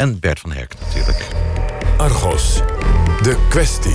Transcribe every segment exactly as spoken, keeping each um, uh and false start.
En Bert van Herk natuurlijk. Argos, de kwestie.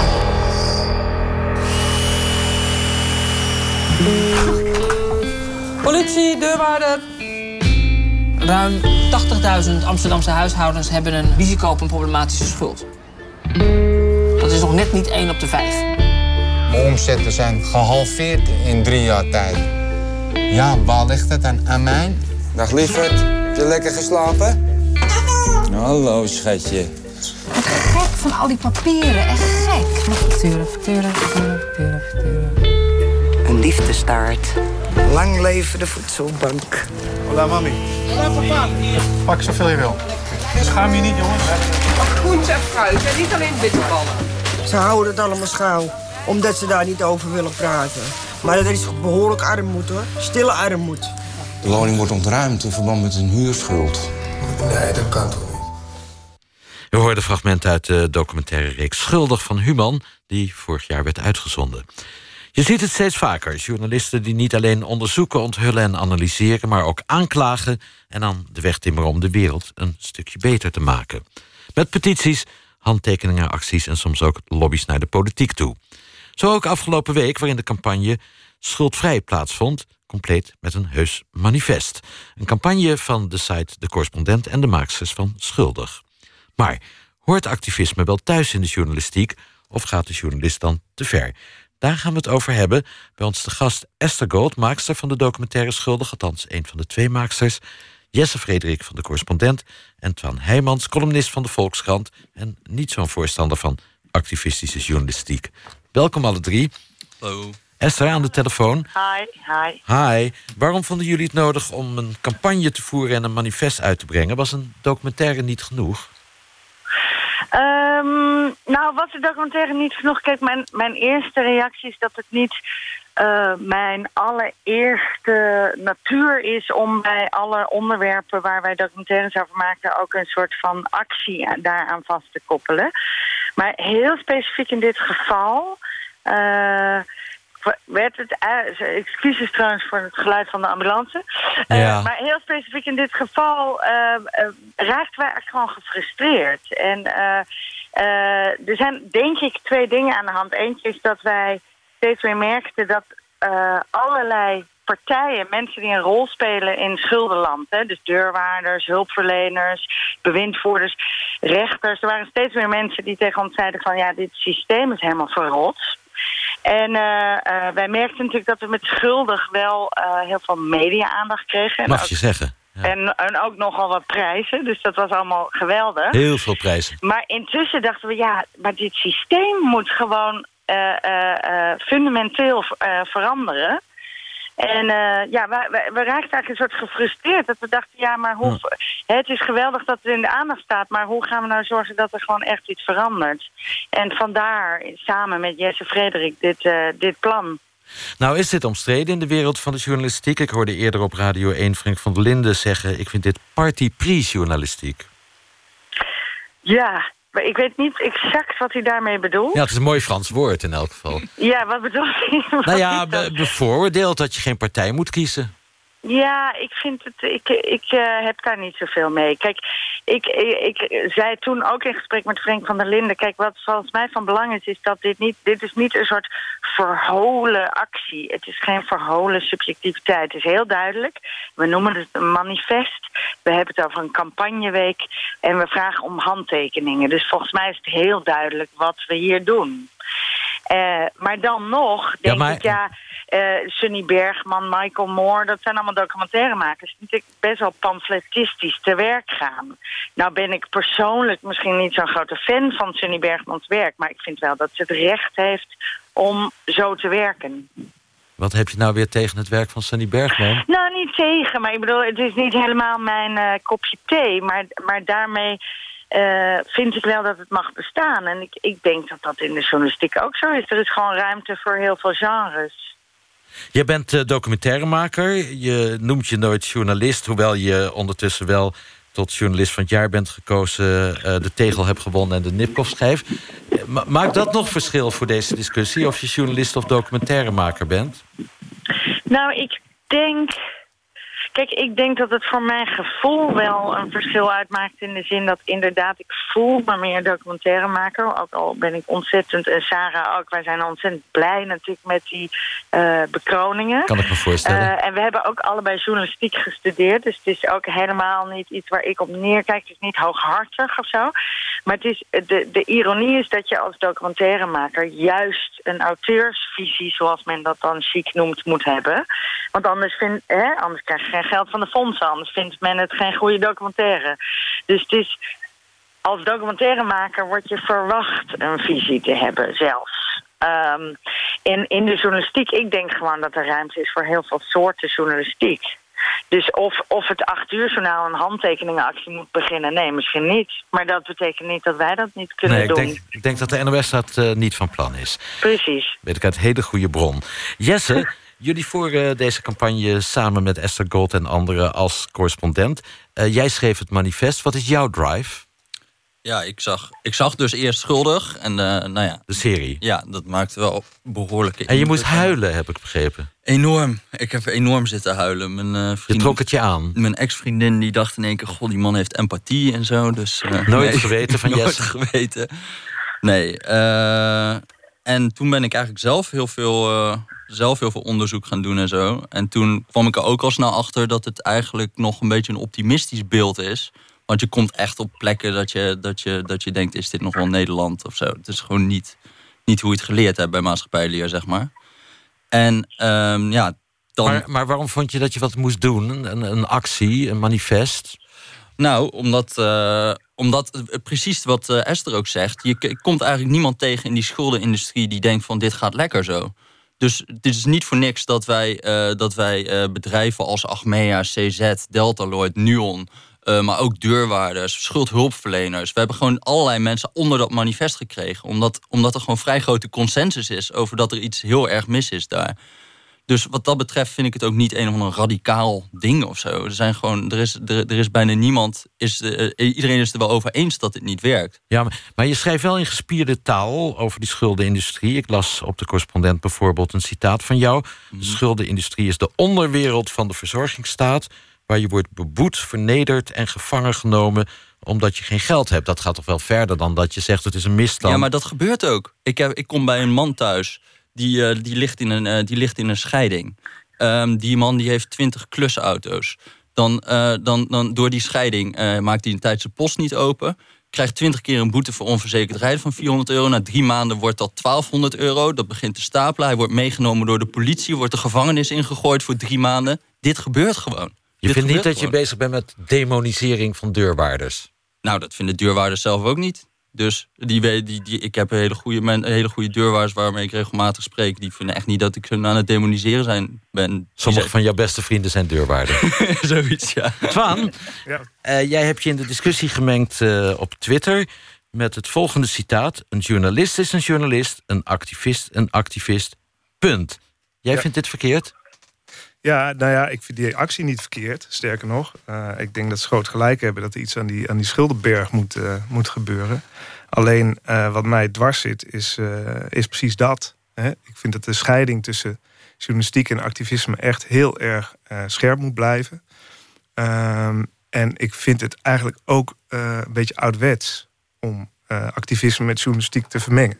Politie, deurwaarder. Ruim tachtigduizend Amsterdamse huishoudens hebben een risico op een problematische schuld. Dat is nog net niet één op de vijf. Omzetten zijn gehalveerd in drie jaar tijd. Ja, waar ligt het aan, aan mij? Dag lieverd, heb je lekker geslapen? Hallo schatje. Wat gek van al die papieren, echt gek. Facturen, facturen, facturen, facturen, facturen. Een liefdestaart. Lang leven de voedselbank. Hola, mami. Hola, papa. Pak zoveel je wil. Schaam je niet, jongens. Groente en fruit en niet alleen bitterballen. Ze houden het allemaal schouw, omdat ze daar niet over willen praten. Maar dat is behoorlijk armoede, hoor. Stille armoede. De woning wordt ontruimd in verband met een huurschuld. Nee, dat kan toch niet? We hoorden fragmenten uit de documentaire reeks Schuldig van Human, die vorig jaar werd uitgezonden. Je ziet het steeds vaker. Journalisten die niet alleen onderzoeken, onthullen en analyseren, maar ook aanklagen en dan de weg timmeren om de wereld een stukje beter te maken. Met petities, handtekeningen, acties en soms ook lobby's naar de politiek toe. Zo ook afgelopen week, waarin de campagne Schuldvrij plaatsvond, compleet met een heus manifest. Een campagne van de site De Correspondent en de maaksters van Schuldig. Maar hoort activisme wel thuis in de journalistiek of gaat de journalist dan te ver? Daar gaan we het over hebben. Bij ons de gast Esther Gold, maakster van de documentaire Schuldig, althans een van de twee maaksters. Jesse Frederik van De Correspondent en Twan Heijmans, columnist van de Volkskrant en niet zo'n voorstander van activistische journalistiek. Welkom alle drie. Hallo. Esther aan de telefoon. Hi, hi. Hi. Waarom vonden jullie het nodig om een campagne te voeren en een manifest uit te brengen? Was een documentaire niet genoeg? Um, nou, was de documentaire niet genoeg? Kijk, mijn, mijn eerste reactie is dat het niet uh, mijn allereerste natuur is om bij alle onderwerpen waar wij documentaires over maken ook een soort van actie daaraan vast te koppelen. Maar heel specifiek in dit geval Uh, werd het, uh, excuses trouwens voor het geluid van de ambulance. Uh, ja. Maar heel specifiek in dit geval uh, uh, raakten wij echt gewoon gefrustreerd. En uh, uh, er zijn denk ik twee dingen aan de hand. Eentje is dat wij steeds meer merkten dat uh, allerlei partijen, mensen die een rol spelen in schuldenland, hè, dus deurwaarders, hulpverleners, bewindvoerders, rechters. Er waren steeds meer mensen die tegen ons zeiden van ja, dit systeem is helemaal verrot. En uh, uh, wij merkten natuurlijk dat we met Schuldig wel uh, heel veel media-aandacht kregen. En Mag ook, je zeggen. Ja. En, en ook nogal wat prijzen, dus dat was allemaal geweldig. Heel veel prijzen. Maar intussen dachten we, ja, maar dit systeem moet gewoon uh, uh, uh, fundamenteel uh, veranderen. En uh, ja, we, we, we raakten eigenlijk een soort gefrustreerd. Dat we dachten, ja, maar hoe, ja. Het is geweldig dat het in de aandacht staat, maar hoe gaan we nou zorgen dat er gewoon echt iets verandert? En vandaar, samen met Jesse Frederik, dit, uh, dit plan. Nou is dit omstreden in de wereld van de journalistiek. Ik hoorde eerder op Radio één Frank van der Linden zeggen, ik vind dit party-pre-journalistiek. Ja, maar ik weet niet exact wat hij daarmee bedoelt. Ja, het is een mooi Frans woord in elk geval. Ja, wat bedoelt hij? Nou ja, be- bevooroordeeld dat je geen partij moet kiezen. Ja, ik vind het. Ik, ik uh, heb daar niet zoveel mee. Kijk, ik, ik, ik zei toen ook in gesprek met Frank van der Linden. Kijk, wat volgens mij van belang is, is dat dit niet. Dit is niet een soort verholen actie. Het is geen verholen subjectiviteit. Het is heel duidelijk. We noemen het een manifest. We hebben het over een campagneweek. En we vragen om handtekeningen. Dus volgens mij is het heel duidelijk wat we hier doen. Uh, maar dan nog denk ja, maar... ik, ja, uh, Sunny Bergman, Michael Moore, dat zijn allemaal documentairemakers die best wel pamfletistisch te werk gaan. Nou ben ik persoonlijk misschien niet zo'n grote fan van Sunny Bergmans werk, maar ik vind wel dat ze het recht heeft om zo te werken. Wat heb je nou weer tegen het werk van Sunny Bergman? Nou, niet tegen, maar ik bedoel, het is niet helemaal mijn uh, kopje thee, maar, maar daarmee Uh, vind ik wel dat het mag bestaan. En ik, ik denk dat dat in de journalistiek ook zo is. Er is gewoon ruimte voor heel veel genres. Je bent uh, documentairemaker. Je noemt je nooit journalist, hoewel je ondertussen wel tot journalist van het jaar bent gekozen, uh, de Tegel hebt gewonnen en de Nipkoff-schijf. Ma- maakt dat nog verschil voor deze discussie, of je journalist of documentairemaker bent? Nou, ik denk... Kijk, ik denk dat het voor mijn gevoel wel een verschil uitmaakt... in de zin dat inderdaad, ik voel me meer documentairemaker. Ook al ben ik ontzettend, en Sarah ook, wij zijn ontzettend blij natuurlijk met die uh, bekroningen. Kan ik me voorstellen. Uh, en we hebben ook allebei journalistiek gestudeerd. Dus het is ook helemaal niet iets waar ik op neerkijk. Het is niet hooghartig of zo. Maar het is, de, de ironie is dat je als documentairemaker... juist een auteursvisie, zoals men dat dan chic noemt, moet hebben. Want anders, vind, hè, anders krijg je geen geld van de fondsen. Anders vindt men het geen goede documentaire. Dus het is, als documentairemaker wordt je verwacht een visie te hebben zelfs. Um, in, in de journalistiek, ik denk gewoon dat er ruimte is voor heel veel soorten journalistiek. Dus of, of het acht uur journaal een handtekeningenactie moet beginnen, nee, misschien niet. Maar dat betekent niet dat wij dat niet kunnen nee, ik doen. Denk, ik denk dat de N O S dat uh, niet van plan is. Precies. Weet ik uit hele goede bron. Jesse, jullie voeren deze campagne samen met Esther Gold en anderen als correspondent. Uh, jij schreef het manifest. Wat is jouw drive? Ja, ik zag, ik zag dus eerst Schuldig. En uh, nou ja, de serie. Ja, dat maakte wel behoorlijke En je moest huilen, heb ik begrepen. Enorm. Ik heb enorm zitten huilen. Mijn, uh, vriend, je trok het je aan. Mijn ex-vriendin die dacht in één keer... God, die man heeft empathie en zo. Dus, uh, nooit nee, geweten van Jesse? Nooit geweten. Nee. Uh, en toen ben ik eigenlijk zelf heel veel... Uh, zelf heel veel onderzoek gaan doen en zo. En toen kwam ik er ook al snel achter... dat het eigenlijk nog een beetje een optimistisch beeld is... Want je komt echt op plekken dat je, dat je, dat je denkt... is dit nog wel Nederland of zo? Het is gewoon niet, niet hoe je het geleerd hebt bij maatschappijleer, zeg maar. En um, ja, dan... Maar, maar waarom vond je dat je wat moest doen? Een, een actie, een manifest? Nou, omdat, uh, omdat uh, precies wat uh, Esther ook zegt... je k- komt eigenlijk niemand tegen in die schuldenindustrie... die denkt van dit gaat lekker zo. Dus het is niet voor niks dat wij, uh, dat wij uh, bedrijven als Achmea, C Z, Deltaloid, Nuon... Uh, maar ook deurwaarders, schuldhulpverleners. We hebben gewoon allerlei mensen onder dat manifest gekregen. Omdat, omdat er gewoon vrij grote consensus is... over dat er iets heel erg mis is daar. Dus wat dat betreft vind ik het ook niet een of ander radicaal ding of zo. Er, zijn gewoon, er, is, er, er is bijna niemand... Is de, uh, iedereen is er wel over eens dat het niet werkt. Ja, maar, maar je schrijft wel in gespierde taal over die schuldenindustrie. Ik las op de correspondent bijvoorbeeld een citaat van jou. Mm-hmm. De schuldenindustrie is de onderwereld van de verzorgingsstaat... waar je wordt beboet, vernederd en gevangen genomen... omdat je geen geld hebt. Dat gaat toch wel verder dan dat je zegt het is een misstand. Ja, maar dat gebeurt ook. Ik, heb, ik kom bij een man thuis, die, uh, die, ligt, in een, uh, die ligt in een scheiding. Um, die man die heeft twintig klusauto's. Dan, uh, dan, dan door die scheiding uh, maakt hij een tijd zijn post niet open... krijgt twintig keer een boete voor onverzekerd rijden van vierhonderd euro. Na drie maanden wordt dat twaalfhonderd euro. Dat begint te stapelen. Hij wordt meegenomen door de politie... wordt de gevangenis ingegooid voor drie maanden. Dit gebeurt gewoon. Je vindt niet dat je bezig bent met demonisering van deurwaarders? Nou, dat vinden deurwaarders zelf ook niet. Dus die, die, die, ik heb hele goede, men, hele goede deurwaarders waarmee ik regelmatig spreek. Die vinden echt niet dat ik aan het demoniseren zijn ben. Sommige van jouw beste vrienden zijn deurwaarders. Zoiets, ja. Twan, ja. Uh, jij hebt je in de discussie gemengd uh, op Twitter... met het volgende citaat. Een journalist is een journalist, een activist een activist. Punt. Jij ja. vindt dit verkeerd? Ja, nou ja, ik vind die actie niet verkeerd. Sterker nog, uh, ik denk dat ze groot gelijk hebben... dat er iets aan die, aan die schuldenberg moet, uh, moet gebeuren. Alleen uh, wat mij dwars zit, is, uh, is precies dat. Hè? Ik vind dat de scheiding tussen journalistiek en activisme... echt heel erg uh, scherp moet blijven. Um, en ik vind het eigenlijk ook uh, een beetje ouderwets... om uh, activisme met journalistiek te vermengen.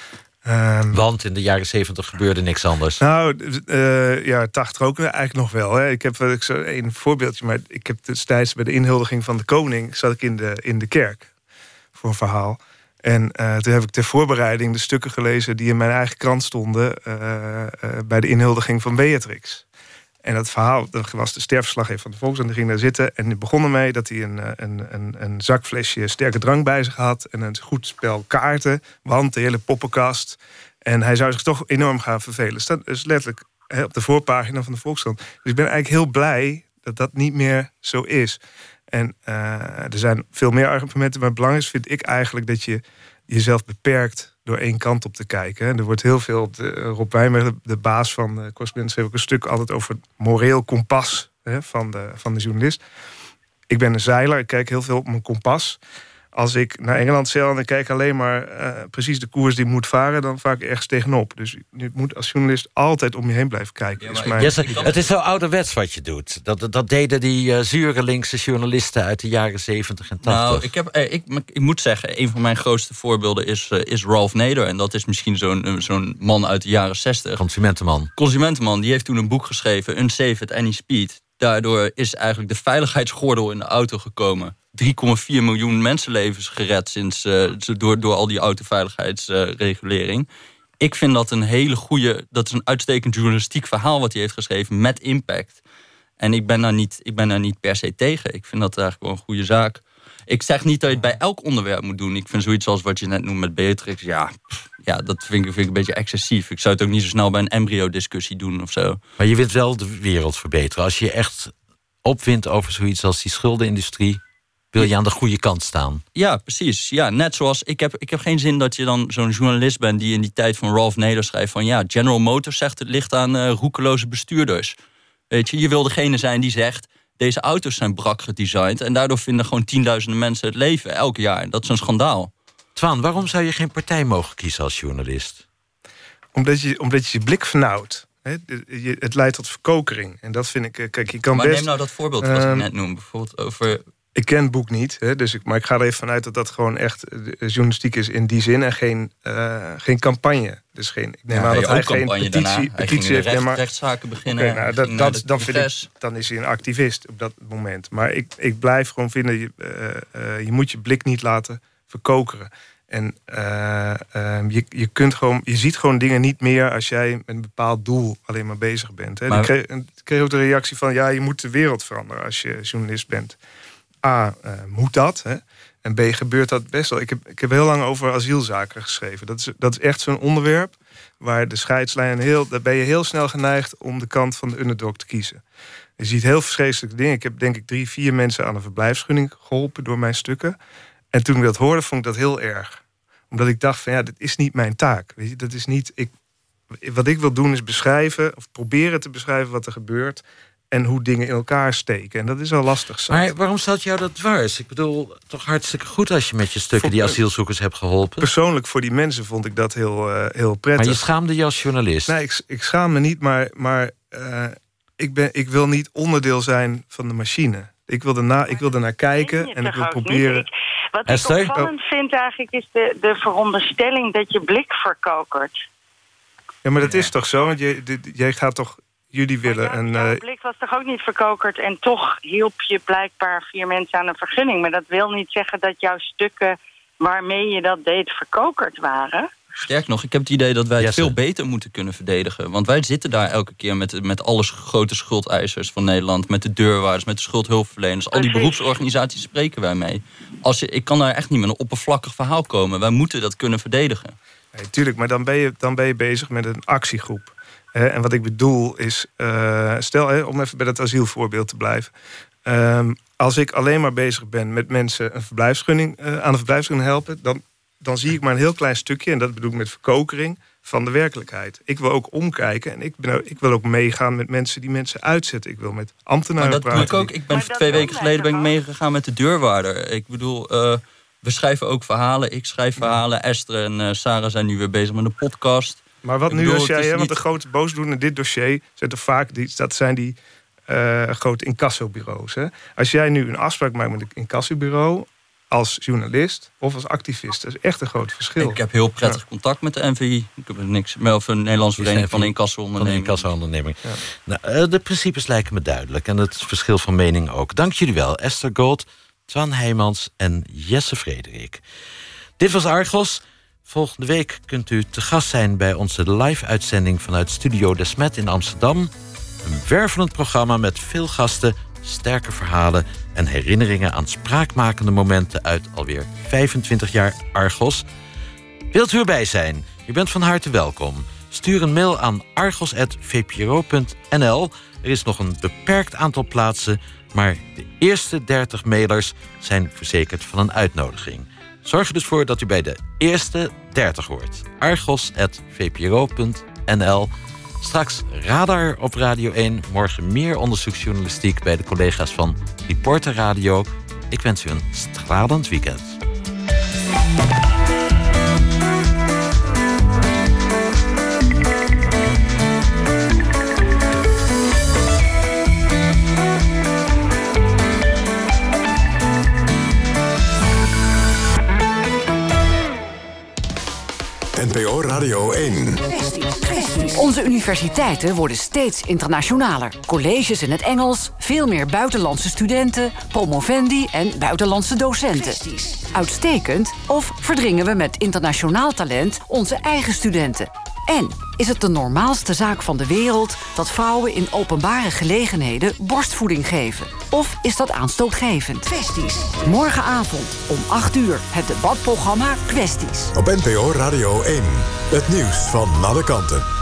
Um, Want in de jaren zeventig gebeurde niks anders. Nou, uh, ja, tachtig ook eigenlijk nog wel. Hè. Ik heb ik zo een voorbeeldje, maar ik heb destijds bij de inhuldiging van de koning... zat ik in de, in de kerk voor een verhaal. En uh, toen heb ik ter voorbereiding de stukken gelezen... die in mijn eigen krant stonden uh, uh, bij de inhuldiging van Beatrix. En dat verhaal, dat was de sterfverslaggever van de Volkskrant... die ging daar zitten en die begon ermee dat hij een, een, een, een zakflesje sterke drank bij zich had... en een goed spel kaarten, want de hele poppenkast. En hij zou zich toch enorm gaan vervelen. Dat is letterlijk he, op de voorpagina van de Volkskrant. Dus ik ben eigenlijk heel blij dat dat niet meer zo is. En uh, er zijn veel meer argumenten, maar het belangrijkste vind ik eigenlijk... dat je jezelf beperkt door één kant op te kijken. Er wordt heel veel op de, Rob Wijnberg, de baas van de correspondent... schreef ook een stuk altijd over het moreel kompas hè, van, de, van de journalist. Ik ben een zeiler, ik kijk heel veel op mijn kompas. Als ik naar Engeland zeil en ik kijk alleen maar uh, precies de koers die ik moet varen, dan vaar ik ergens tegenop. Dus je moet als journalist altijd om je heen blijven kijken. Ja, is maar mijn... Jesse, het is zo ouderwets wat je doet. Dat, dat, dat deden die uh, zure linkse journalisten uit de jaren zeventig en tachtig. Nou, ik, heb, ik, ik, ik moet zeggen, een van mijn grootste voorbeelden is, uh, is Ralph Nader. En dat is misschien zo'n zo'n man uit de jaren zestig. Consumentenman. Consumentenman, die heeft toen een boek geschreven, Unsafe at Any Speed. Daardoor is eigenlijk de veiligheidsgordel in de auto gekomen. drie komma vier miljoen mensenlevens gered sinds, uh, door, door al die autoveiligheidsregulering. Uh, ik vind dat een hele goede, dat is een uitstekend journalistiek verhaal wat hij heeft geschreven met impact. En ik ben daar niet, ik ben daar niet per se tegen. Ik vind dat eigenlijk wel een goede zaak. Ik zeg niet dat je het bij elk onderwerp moet doen. Ik vind zoiets als wat je net noemt met Beatrix, ja, pff, ja dat vind ik, vind ik een beetje excessief. Ik zou het ook niet zo snel bij een embryo-discussie doen of zo. Maar je wilt wel de wereld verbeteren. Als je je echt opwindt over zoiets als die schuldenindustrie, wil je aan de goede kant staan. Ja, precies. Ja, net zoals, ik heb, ik heb geen zin dat je dan zo'n journalist bent die in die tijd van Ralph Nader schrijft van ja, General Motors zegt het ligt aan uh, roekeloze bestuurders. Weet je, je wil degene zijn die zegt, deze auto's zijn brak gedesigned en daardoor vinden gewoon tienduizenden mensen het leven elk jaar. Dat is een schandaal. Twan, waarom zou je geen partij mogen kiezen als journalist? Omdat je omdat je, je blik vernauwt. He, je, het leidt tot verkokering. En dat vind ik, kijk, je kan maar best... neem nou dat voorbeeld wat uh, ik net noemde, bijvoorbeeld over... Ik ken het boek niet, hè, dus ik, maar ik ga er even vanuit dat dat gewoon echt journalistiek is in die zin en geen, uh, geen campagne. Dus geen, ik neem ja, aan dat hij geen petitie, petitie, petitie heeft. Recht, maar, rechtszaken beginnen. Okay, nou, dat, dat, dan, vind ik, de dan is hij een activist op dat moment. Maar ik, ik blijf gewoon vinden, je, uh, uh, je moet je blik niet laten verkokeren. En uh, uh, je, je, kunt gewoon, je ziet gewoon dingen niet meer als jij met een bepaald doel alleen maar bezig bent. Hè. Maar... Ik, kreeg, ik kreeg ook de reactie van, ja, je moet de wereld veranderen als je journalist bent. A, uh, moet dat? Hè? En B, gebeurt dat best wel. Ik heb, ik heb heel lang over asielzaken geschreven. Dat is, dat is echt zo'n onderwerp waar de scheidslijn heel... daar ben je heel snel geneigd om de kant van de underdog te kiezen. Je ziet heel verschrikkelijke dingen. Ik heb denk ik drie, vier mensen aan een verblijfsvergunning geholpen door mijn stukken. En toen ik dat hoorde, vond ik dat heel erg. Omdat ik dacht van, ja, dit is niet mijn taak. Weet je? Dat is niet... Ik, wat ik wil doen is beschrijven, of proberen te beschrijven wat er gebeurt en hoe dingen in elkaar steken. En dat is al lastig. Zat. Maar waarom staat jou dat dwars? Ik bedoel, toch hartstikke goed als je met je stukken die asielzoekers hebt geholpen. Persoonlijk voor die mensen vond ik dat heel, uh, heel prettig. Maar je schaamde je als journalist? Nee, ik, ik schaam me niet, maar, maar uh, ik, ben, ik wil niet onderdeel zijn van de machine. Ik wil erna, ik wil ernaar kijken en ik wil proberen... Ik, wat ik opvallend vind eigenlijk is de, de veronderstelling dat je blik verkokert. Ja, maar dat is toch zo? Want jij, jij gaat toch... Jullie willen ja, een... Jouw uh... blik was toch ook niet verkokerd en toch hielp je blijkbaar vier mensen aan een vergunning. Maar dat wil niet zeggen dat jouw stukken waarmee je dat deed verkokerd waren. Sterk nog, ik heb het idee dat wij het yes, veel beter moeten kunnen verdedigen. Want wij zitten daar elke keer met, met alle grote schuldeisers van Nederland, met de deurwaarders, met de schuldhulpverleners. Al die beroepsorganisaties spreken wij mee. Als je, ik kan daar echt niet met een oppervlakkig verhaal komen. Wij moeten dat kunnen verdedigen. Nee, tuurlijk, maar dan ben je, dan ben je bezig met een actiegroep. He, en wat ik bedoel is, uh, stel, he, om even bij dat asielvoorbeeld te blijven. Um, als ik alleen maar bezig ben met mensen een verblijfsgunning, uh, aan een verblijfsgunning helpen, dan, dan zie ik maar een heel klein stukje, en dat bedoel ik met verkokering, van de werkelijkheid. Ik wil ook omkijken en ik, ben, ik wil ook meegaan met mensen die mensen uitzetten. Ik wil met ambtenaren maar dat praten. Doe ik ook. Ik ben twee weken geleden ben ik meegegaan met de deurwaarder. Ik bedoel, uh, we schrijven ook verhalen. Ik schrijf verhalen. Esther en uh, Sarah zijn nu weer bezig met een podcast. Maar wat ik nu bedoel, als jij, hè, niet... want de grote boosdoener in dit dossier zijn toch vaak die, dat zijn die uh, grote incassobureaus. Hè? Als jij nu een afspraak maakt met een incassobureau als journalist of als activist, dat is echt een groot verschil. Ik heb heel prettig ja. contact met de N V I. Ik heb niks, of een Nederlandse Vereniging van de Incassoonderneming. Van de Incassoonderneming. Ja. Nou, de principes lijken me duidelijk en het verschil van mening ook. Dank jullie wel, Esther Gold, Twan Heijmans en Jesse Frederik. Dit was Argos. Volgende week kunt u te gast zijn bij onze live-uitzending vanuit Studio Desmet in Amsterdam. Een wervelend programma met veel gasten, sterke verhalen en herinneringen aan spraakmakende momenten uit alweer vijfentwintig jaar Argos. Wilt u erbij zijn? U bent van harte welkom. Stuur een mail aan argos apenstaartje v p r o punt n l. Er is nog een beperkt aantal plaatsen, maar de eerste dertig mailers zijn verzekerd van een uitnodiging. Zorg er dus voor dat u bij de eerste dertig hoort. argos apenstaartje v p r o punt n l. Straks Radar op Radio één. Morgen meer onderzoeksjournalistiek bij de collega's van Reporter Radio. Ik wens u een stralend weekend. N P O Radio één. Onze universiteiten worden steeds internationaler. Colleges in het Engels, veel meer buitenlandse studenten, promovendi en buitenlandse docenten. Uitstekend, of verdringen we met internationaal talent onze eigen studenten? En is het de normaalste zaak van de wereld dat vrouwen in openbare gelegenheden borstvoeding geven? Of is dat aanstootgevend? Kwesties. Morgenavond om acht uur het debatprogramma Kwesties. Op N P O Radio één. Het nieuws van alle kanten.